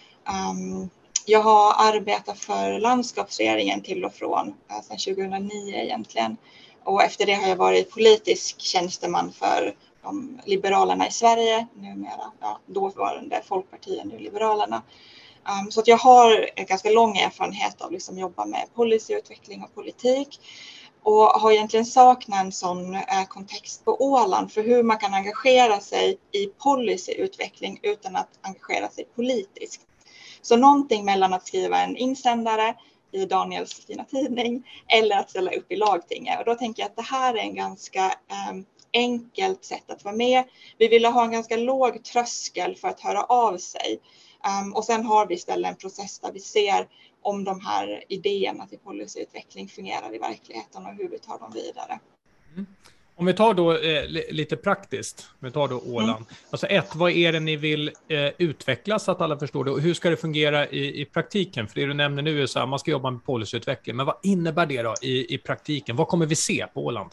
Jag har arbetat för landskapsregeringen till och från sedan tjugohundranio egentligen. Och efter det har jag varit politisk tjänsteman för de Liberalerna i Sverige, numera, ja, dåvarande Folkpartiet, nu Liberalerna. Um, så att jag har en ganska lång erfarenhet av liksom jobba med policyutveckling och politik. Och har egentligen saknat en sån eh, kontext på Åland för hur man kan engagera sig i policyutveckling utan att engagera sig politiskt. Så någonting mellan att skriva en insändare i Daniels fina tidning eller att ställa upp i lagtinget. Och då tänker jag att det här är en ganska eh, enkelt sätt att vara med. Vi ville ha en ganska låg tröskel för att höra av sig. Um, och sen har vi istället en process där vi ser om de här idéerna till policyutveckling fungerar i verkligheten och hur vi tar dem vidare. Mm. Om vi tar då eh, lite praktiskt, om vi tar då Åland. Mm. Alltså ett, vad är det ni vill eh, utveckla så att alla förstår det? Och hur ska det fungera i, i praktiken? För det du nämner nu är så här, man ska jobba med policyutveckling. Men vad innebär det då i, i praktiken? Vad kommer vi se på Åland?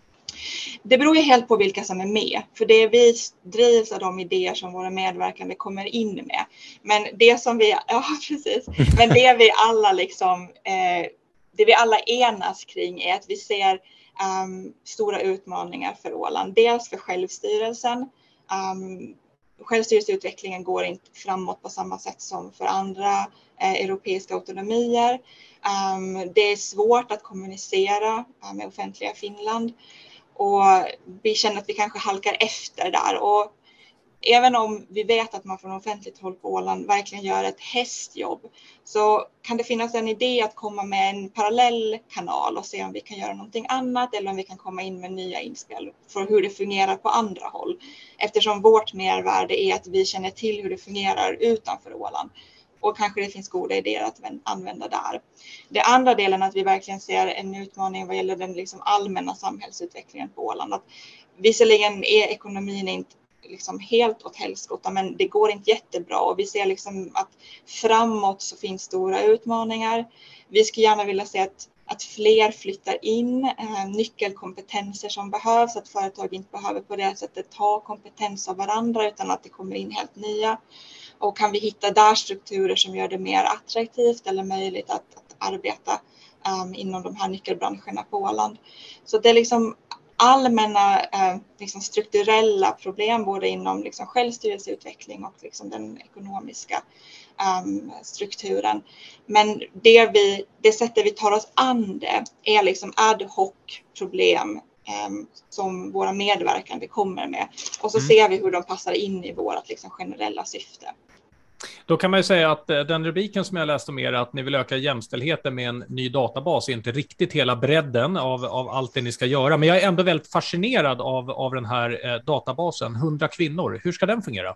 Det beror ju helt på vilka som är med. För det vi drivs av de idéer som våra medverkande kommer in med. Men det som vi, ja precis. Men det vi alla liksom, eh, det vi alla enas kring är att vi ser um, stora utmaningar för Åland. Dels för självstyrelsen. Um, självstyrelseutvecklingen går inte framåt på samma sätt som för andra eh, europeiska autonomier. Um, det är svårt att kommunicera uh, med offentliga Finland. Och vi känner att vi kanske halkar efter där. Och även om vi vet att man från offentligt håll på Åland verkligen gör ett hästjobb så kan det finnas en idé att komma med en parallell kanal och se om vi kan göra någonting annat eller om vi kan komma in med nya inspel för hur det fungerar på andra håll. Eftersom vårt mervärde är att vi känner till hur det fungerar utanför Åland. Och kanske det finns goda idéer att använda där. Det andra delen är att vi verkligen ser en utmaning vad gäller den liksom allmänna samhällsutvecklingen på Åland. Att visserligen är ekonomin inte liksom helt åt helskotta, men det går inte jättebra. Och vi ser liksom att framåt så finns stora utmaningar. Vi skulle gärna vilja se att, att fler flyttar in eh, nyckelkompetenser som behövs. Att företag inte behöver på det sättet ta kompetens av varandra utan att det kommer in helt nya. Och kan vi hitta där strukturer som gör det mer attraktivt eller möjligt att, att arbeta um, inom de här nyckelbranscherna på Åland. Så det är liksom allmänna uh, liksom strukturella problem både inom liksom självstyrelseutveckling och liksom den ekonomiska um, strukturen. Men det, vi, det sättet vi tar oss an det är liksom ad hoc problem um, som våra medverkande kommer med. Och så mm. ser vi hur de passar in i vårt liksom generella syfte. Då kan man ju säga att den rubriken som jag läste om er, att ni vill öka jämställdheten med en ny databas, är inte riktigt hela bredden av, av allt det ni ska göra. Men jag är ändå väldigt fascinerad av, av den här eh, databasen, hundra kvinnor. Hur ska den fungera?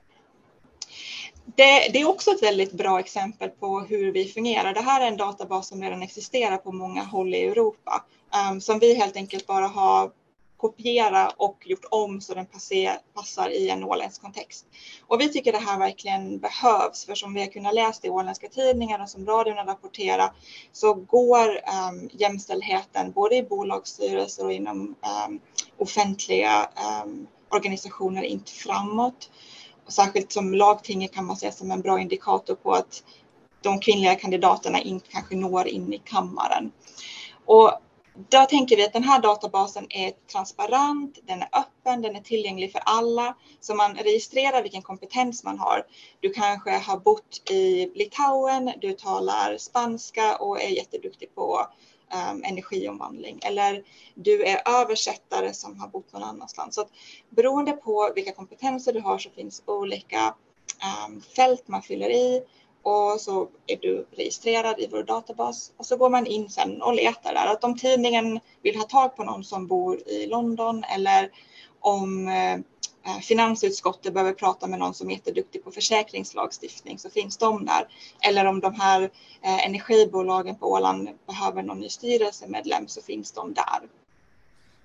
Det, det är också ett väldigt bra exempel på hur vi fungerar. Det här är en databas som redan existerar på många håll i Europa. Um, som vi helt enkelt bara har kopiera och gjort om så den passar i en åländsk kontext. Och vi tycker det här verkligen behövs, för som vi har kunnat läsa i åländska tidningar och som radion rapporterar så går um, jämställdheten både i bolagsstyrelser och inom um, offentliga um, organisationer inte framåt. Och särskilt som lagtinget kan man se som en bra indikator på att de kvinnliga kandidaterna inte kanske når in i kammaren. Och då tänker vi att den här databasen är transparent, den är öppen, den är tillgänglig för alla. Så man registrerar vilken kompetens man har. Du kanske har bott i Litauen, du talar spanska och är jätteduktig på um, energiomvandling. Eller du är översättare som har bott någon annanstans. Så att beroende på vilka kompetenser du har så finns olika um, fält man fyller i. Och så är du registrerad i vår databas och så går man in sen och letar där. Att om tidningen vill ha tag på någon som bor i London eller om eh, finansutskottet behöver prata med någon som är jätteduktig på försäkringslagstiftning så finns de där. Eller om de här eh, energibolagen på Åland behöver någon ny styrelsemedlem så finns de där.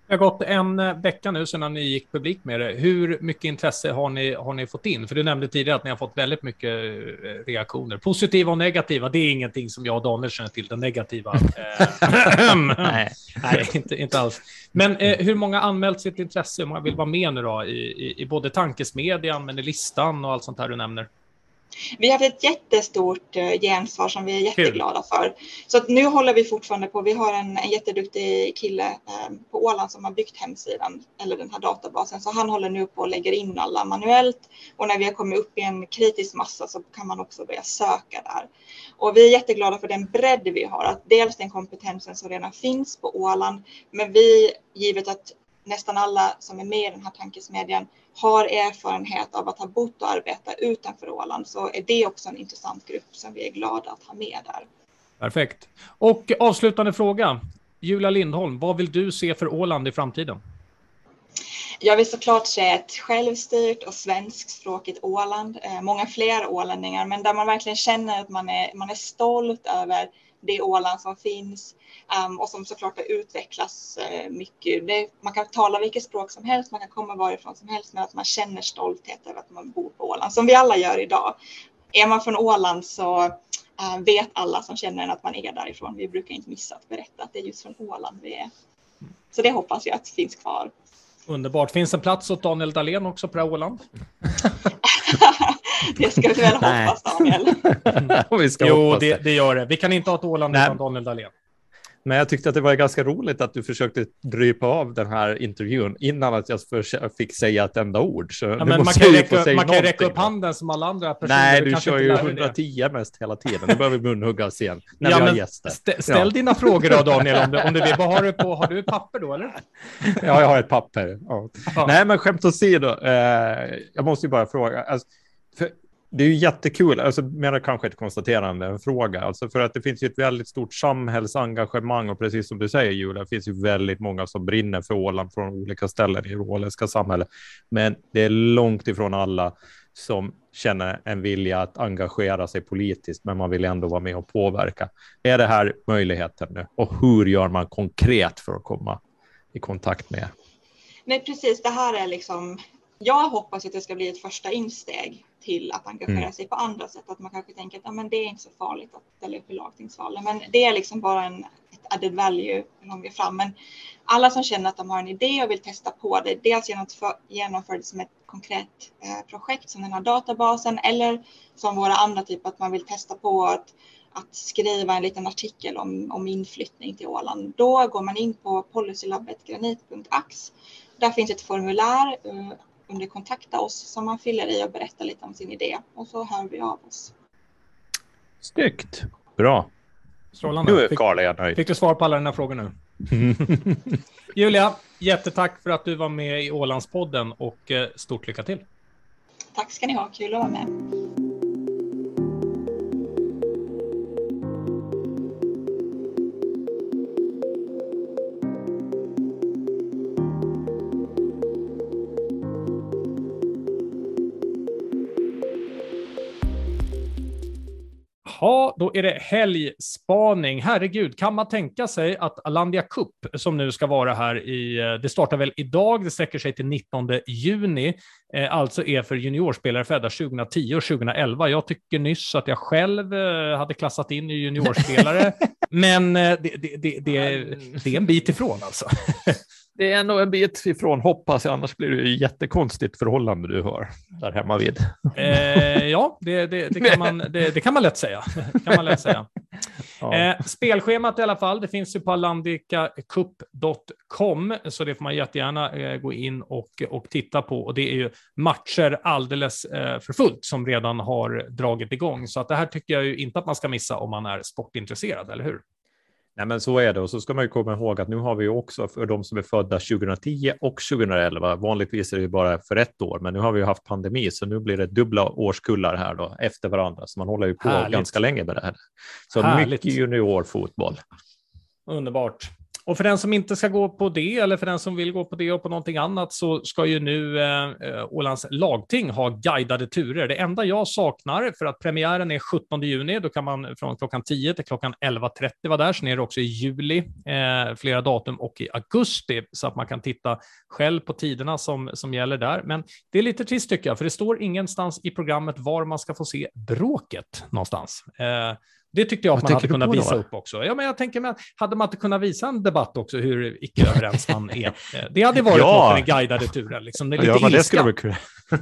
Det har gått en vecka nu sedan ni gick publik med det. Hur mycket intresse har ni, har ni fått in? För du nämnde tidigare att ni har fått väldigt mycket reaktioner. Positiva och negativa, det är ingenting som jag och Daniel känner till. Den negativa. Nej, Nej inte, inte alls. Men eh, hur många har anmält sitt intresse? Hur många vill vara med nu då? I, i, i både tankesmedjan, men i listan och allt sånt här du nämner? Vi har haft ett jättestort gensvar som vi är jätteglada för. Så att nu håller vi fortfarande på. Vi har en, en jätteduktig kille eh, på Åland som har byggt hemsidan eller den här databasen. Så han håller nu på och lägger in alla manuellt. Och när vi har kommit upp i en kritisk massa så kan man också börja söka där. Och vi är jätteglada för den bredd vi har. Att dels den kompetensen som redan finns på Åland. Men vi, givet att nästan alla som är med i den här tankesmedjan har erfarenhet av att ha bott och arbeta utanför Åland, så är det också en intressant grupp som vi är glada att ha med där. Perfekt. Och avslutande fråga. Julia Lindholm, vad vill du se för Åland i framtiden? Jag vill såklart se ett självstyrt och svenskspråkigt Åland. Många fler ålänningar, men där man verkligen känner att man är, man är stolt över det Åland som finns um, och som såklart har utvecklats uh, mycket. Det, man kan tala vilket språk som helst, man kan komma varifrån som helst, men att man känner stolthet över att man bor på Åland, som vi alla gör idag. Är man från Åland så uh, vet alla som känner en att man är därifrån. Vi brukar inte missa att berätta att det är just från Åland vi är. Så det hoppas jag att det finns kvar. Underbart. Finns en plats åt Daniel Dahlén också på Åland? Det ska vi väl hoppas, Daniel. vi ska jo, hoppas det, det. det gör det. Vi kan inte ha ett Åland utan Daniel Dahlén. Men jag tyckte att det var ganska roligt att du försökte drypa av den här intervjun innan att jag fick säga ett enda ord. Så ja, men man måste kan, ju räcka, säga man kan räcka upp då. handen som alla andra personer. Nej, du, du kör ju hundratio det. Mest hela tiden. Nu behöver vi munhugga sen när ja, vi har men gäster. St- ställ ja. dina frågor då, Daniel, om du, om du vill. Vad har du på? Har du ett papper då, eller? Ja, jag har ett papper. Ja. Ja. Nej, men skämt åsido. Eh, jag måste ju bara fråga. Alltså, för det är ju jättekul, alltså mer kanske ett konstaterande, en fråga. Alltså för att det finns ju ett väldigt stort samhällsengagemang och precis som du säger Julia, det finns ju väldigt många som brinner för Åland från olika ställen i det åländska samhället. Men det är långt ifrån alla som känner en vilja att engagera sig politiskt, men man vill ändå vara med och påverka. Är det här möjligheten nu? Och hur gör man konkret för att komma i kontakt med? Nej, precis. Det här är liksom... Jag hoppas att det ska bli ett första insteg till att engagera mm. sig på andra sätt. Att man kanske tänker att ja, men det är inte så farligt att ställa upp i lagtingsvalen. Men det är liksom bara en ett added value långt fram. Men alla som känner att de har en idé och vill testa på det. Dels genomföra det som ett konkret eh, projekt som den här databasen. Eller som våra andra typer att man vill testa på att, att skriva en liten artikel om, om inflyttning till Åland. Då går man in på policylabbet granit punkt ax. Där finns ett formulär eh, under kontakta oss som man fyller i och berättar lite om sin idé. Och så hör vi av oss. Snyggt. Bra. Strålande. Nu är Karl jag nöjd. Fick du svar på alla dina frågor nu? Julia, jättetack för att du var med i Ålandspodden och stort lycka till. Tack ska ni ha. Kul att vara med. Ja, då är det helgspaning. Herregud, kan man tänka sig att Alandia Cup som nu ska vara här i, det startar väl idag, det sträcker sig till nittonde juni, eh, alltså är för juniorspelare födda tjugohundratio och tjugohundraelva. Jag tycker nyss att jag själv eh, hade klassat in i juniorspelare, men eh, det, det, det, det, det är en bit ifrån alltså. Det är nog en bit ifrån, hoppas jag, annars blir det ju jättekonstigt förhållande du har där hemma vid. Eh, ja, det, det, det, kan man, det, det kan man lätt säga. kan man lätt säga. Ja. Eh, spelschemat i alla fall, det finns ju på alandiacup punkt com, så det får man jättegärna eh, gå in och, och titta på. Och det är ju matcher alldeles eh, för fullt som redan har dragit igång. Så att det här tycker jag ju inte att man ska missa om man är sportintresserad, eller hur? Nej, men så är det, och så ska man ju komma ihåg att nu har vi ju också för de som är födda tjugohundratio och tjugohundraelva, vanligtvis är det ju bara för ett år, men nu har vi ju haft pandemi så nu blir det dubbla årskullar här då efter varandra, så man håller ju på Härligt. ganska länge med det här. Så Härligt. Mycket juniorfotboll. Underbart. Och för den som inte ska gå på det, eller för den som vill gå på det och på någonting annat, så ska ju nu eh, Ålands lagting ha guidade turer. Det enda jag saknar, för att premiären är sjuttonde juni, då kan man från klockan tio till klockan elva trettio vara där. Sen är det också i juli, eh, flera datum, och i augusti, så att man kan titta själv på tiderna som, som gäller där. Men det är lite trist tycker jag, för det står ingenstans i programmet var man ska få se bråket någonstans. Eh, Det tyckte jag att Vad man hade kunnat visa då? upp också. Ja, men jag tänker, men hade man inte kunnat visa en debatt också hur icke överens man är? Det hade varit Ja. något med den guidade turen. Liksom. Det är lite Ja, men det ilska. skulle de kunna.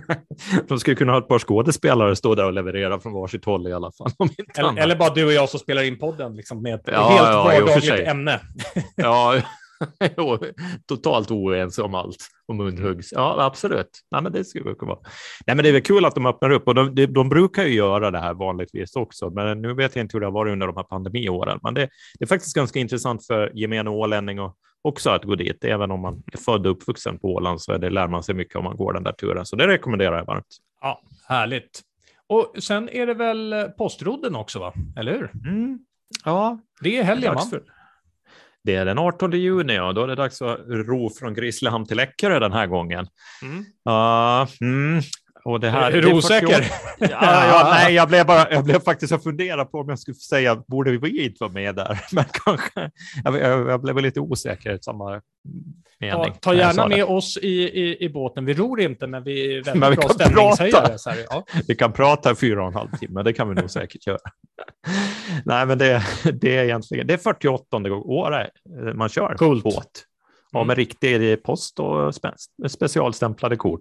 De skulle kunna ha ett par skådespelare stå där och leverera från varsitt håll i alla fall. Om inte eller, annat. eller bara du och jag som spelar in podden liksom, med ett Ja, helt ja, i och för vardagligt sig. ämne. Ja, jo, totalt oense om allt, om munhuggs. Ja, absolut. Nej, men det skulle kunna vara. Nej, men det är väl kul att de öppnar upp, och de, de, de brukar ju göra det här vanligtvis också, men nu vet jag inte hur det har varit under de här pandemiåren. Men det, det är faktiskt ganska intressant för gemene ålänning och också att gå dit. Även om man är född och uppvuxen på Åland så är det, lär man sig mycket om man går den där turen. Så det rekommenderar jag varmt. Ja, härligt. Och sen är det väl Postrodden också, va? Eller hur? Mm. Ja, Det är helgen, va? för... Det är den artonde juni, och då är det dags att ro från Grisslehamn till Eckerö den här gången. Mm. Uh, mm. Och det här, är det du är osäker? fyrtio ja, ja, nej, jag blev, bara, jag blev faktiskt att fundera på om jag skulle säga, borde vi inte vara med där? Men kanske, jag, jag, jag blev lite osäker i samma mening. Ta, ta gärna med oss i, i, i båten. Vi ror inte, men vi är väldigt Men vi bra kan stämningshöjare. Så här, ja. Vi kan prata i fyra och en halv timme, det kan vi nog säkert göra. Nej, men det, det är egentligen, det är fyrtioåttonde året man kör Coolt. båt. Ja, Mm. med riktig post och spe, specialstämplade kort.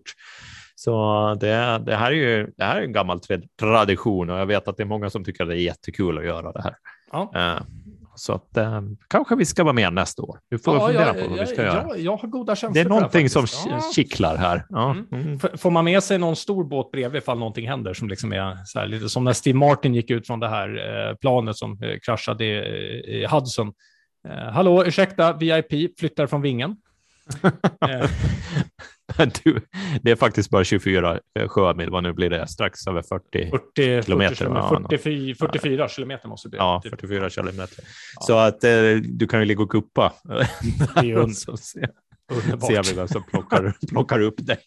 Så det, det här är ju det här är en gammal tradition, och jag vet att det är många som tycker att det är jättekul att göra det här. Ja. Uh, så att uh, kanske vi ska vara med nästa år. Du får Ja, fundera jag, på vad jag, vi ska jag, göra. jag, jag har goda känslor Det är för någonting det som faktiskt. Ja. kittlar här. Ja. Mm. Mm. F- Får man med sig någon stor båt bredvid ifall någonting händer, som liksom är så här, lite som när Steve Martin gick ut från det här eh, planet som eh, kraschade i, i Hudson. Eh, hallå, ursäkta, V I P flyttar från vingen. eh, Du, det är faktiskt bara tjugofyra sjömil, vad nu blir det, strax över fyrtio, fyrtio, kilometer. fyrtio, Ja, fyrtiofyra, fyrtiofyra kilometer måste det bli. ja, fyrtiofyra kilometer. Så att eh, du kan ju ligga och kuppa. Det är ju un- Så se, underbart. ser vi vem som plockar, plockar upp dig.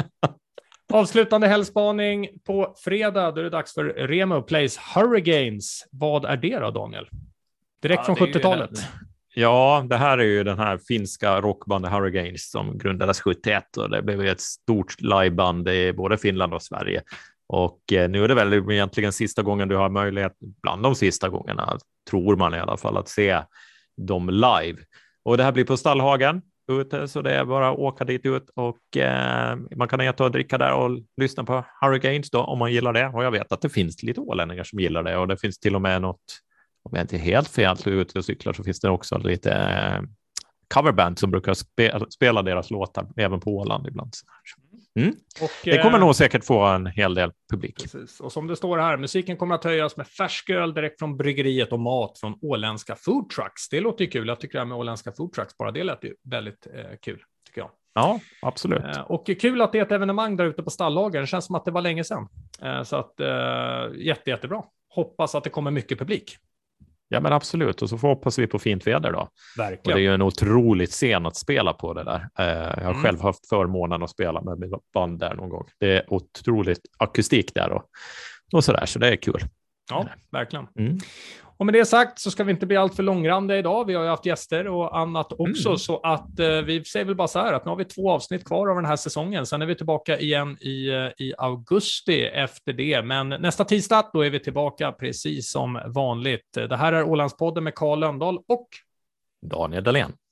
Avslutande helgspaning på fredag, då är det dags för Remo Plays Hurricanes. Vad är det då, Daniel? Direkt Ja, från det är ju sjuttiotalet. den- Ja, det här är ju den här finska rockbandet Hurricanes som grundades sjuttioett, och det blev ju ett stort liveband i både Finland och Sverige. Och eh, nu är det väl egentligen sista gången du har möjlighet, bland de sista gångerna, tror man i alla fall, att se dem live. Och det här blir på Stallhagen ute, så det är bara att åka dit ut, och eh, man kan äta och dricka där och lyssna på Hurricanes då, om man gillar det. Och jag vet att det finns lite ålänningar som gillar det, och det finns till och med något, om jag inte är helt fel ute och cyklar, så finns det också lite eh, coverband som brukar spela, spela deras låtar även på Åland ibland. Mm. Och, Det kommer eh, nog säkert få en hel del publik. Precis. Och som det står här, musiken kommer att höjas med färsköl direkt från bryggeriet och mat från åländska food trucks. Det låter ju kul. Jag tycker det här med åländska food trucks, bara det lät ju väldigt eh, kul, tycker jag. Ja, absolut. Eh, och kul att det är ett evenemang där ute på Stallhagen. Det känns som att det var länge sedan. Eh, så att eh, jätte, jättebra. Hoppas att det kommer mycket publik. Ja, men absolut. Och så får hoppas vi på fint väder då. Och Verkligen. det är ju en otroligt scen att spela på det där. Eh, jag har Mm. själv haft förmånen att spela med mitt band där någon gång. Det är otroligt akustik där och, och sådär, så det är kul. Ja, verkligen. Mm. Och med det sagt så ska vi inte bli allt för långrandiga idag. Vi har ju haft gäster och annat också, Mm. så att eh, vi säger väl bara så här att nu har vi två avsnitt kvar av den här säsongen. Sen är vi tillbaka igen i, eh, i augusti efter det. Men nästa tisdag, då är vi tillbaka precis som vanligt. Det här är Ålandspodden med Carl Lönndahl och Daniel Dahlén.